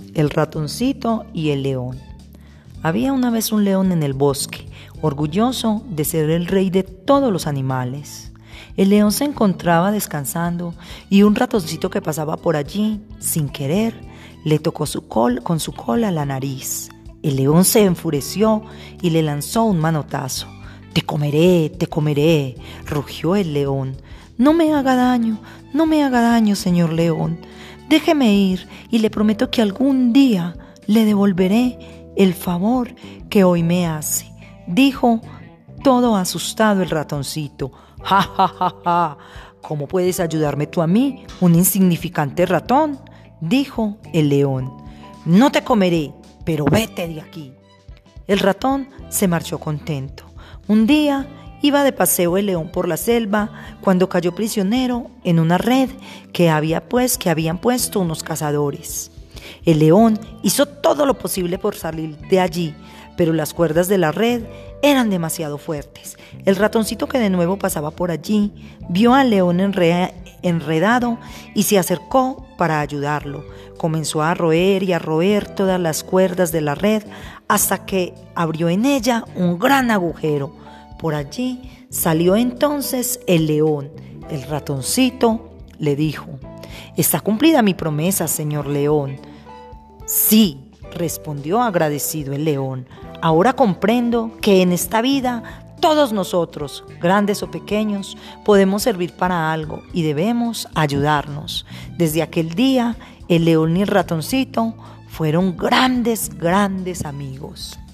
El ratoncito y el león. Había una vez un león en el bosque, orgulloso de ser el rey de todos los animales. El león se encontraba descansando y un ratoncito que pasaba por allí, sin querer, le tocó con su cola la nariz. El león se enfureció y le lanzó un manotazo. te comeré, rugió el león. No me haga daño, señor león. Déjeme ir y le prometo que algún día le devolveré el favor que hoy me hace, dijo todo asustado el ratoncito. ¡Ja, ja, ja, ja! ¿Cómo puedes ayudarme tú a mí, un insignificante ratón?, dijo el león. No te comeré, pero vete de aquí. El ratón se marchó contento. Un día iba de paseo el león por la selva cuando cayó prisionero en una red que habían puesto unos cazadores. El león hizo todo lo posible por salir de allí, pero las cuerdas de la red eran demasiado fuertes. El ratoncito, que de nuevo pasaba por allí, vio al león enredado y se acercó para ayudarlo. Comenzó a roer y a roer todas las cuerdas de la red hasta que abrió en ella un gran agujero. Por allí salió entonces el león. El ratoncito le dijo: «Está cumplida mi promesa, señor león». «Sí», respondió agradecido el león. «Ahora comprendo que en esta vida todos nosotros, grandes o pequeños, podemos servir para algo y debemos ayudarnos». Desde aquel día, el león y el ratoncito fueron grandes amigos.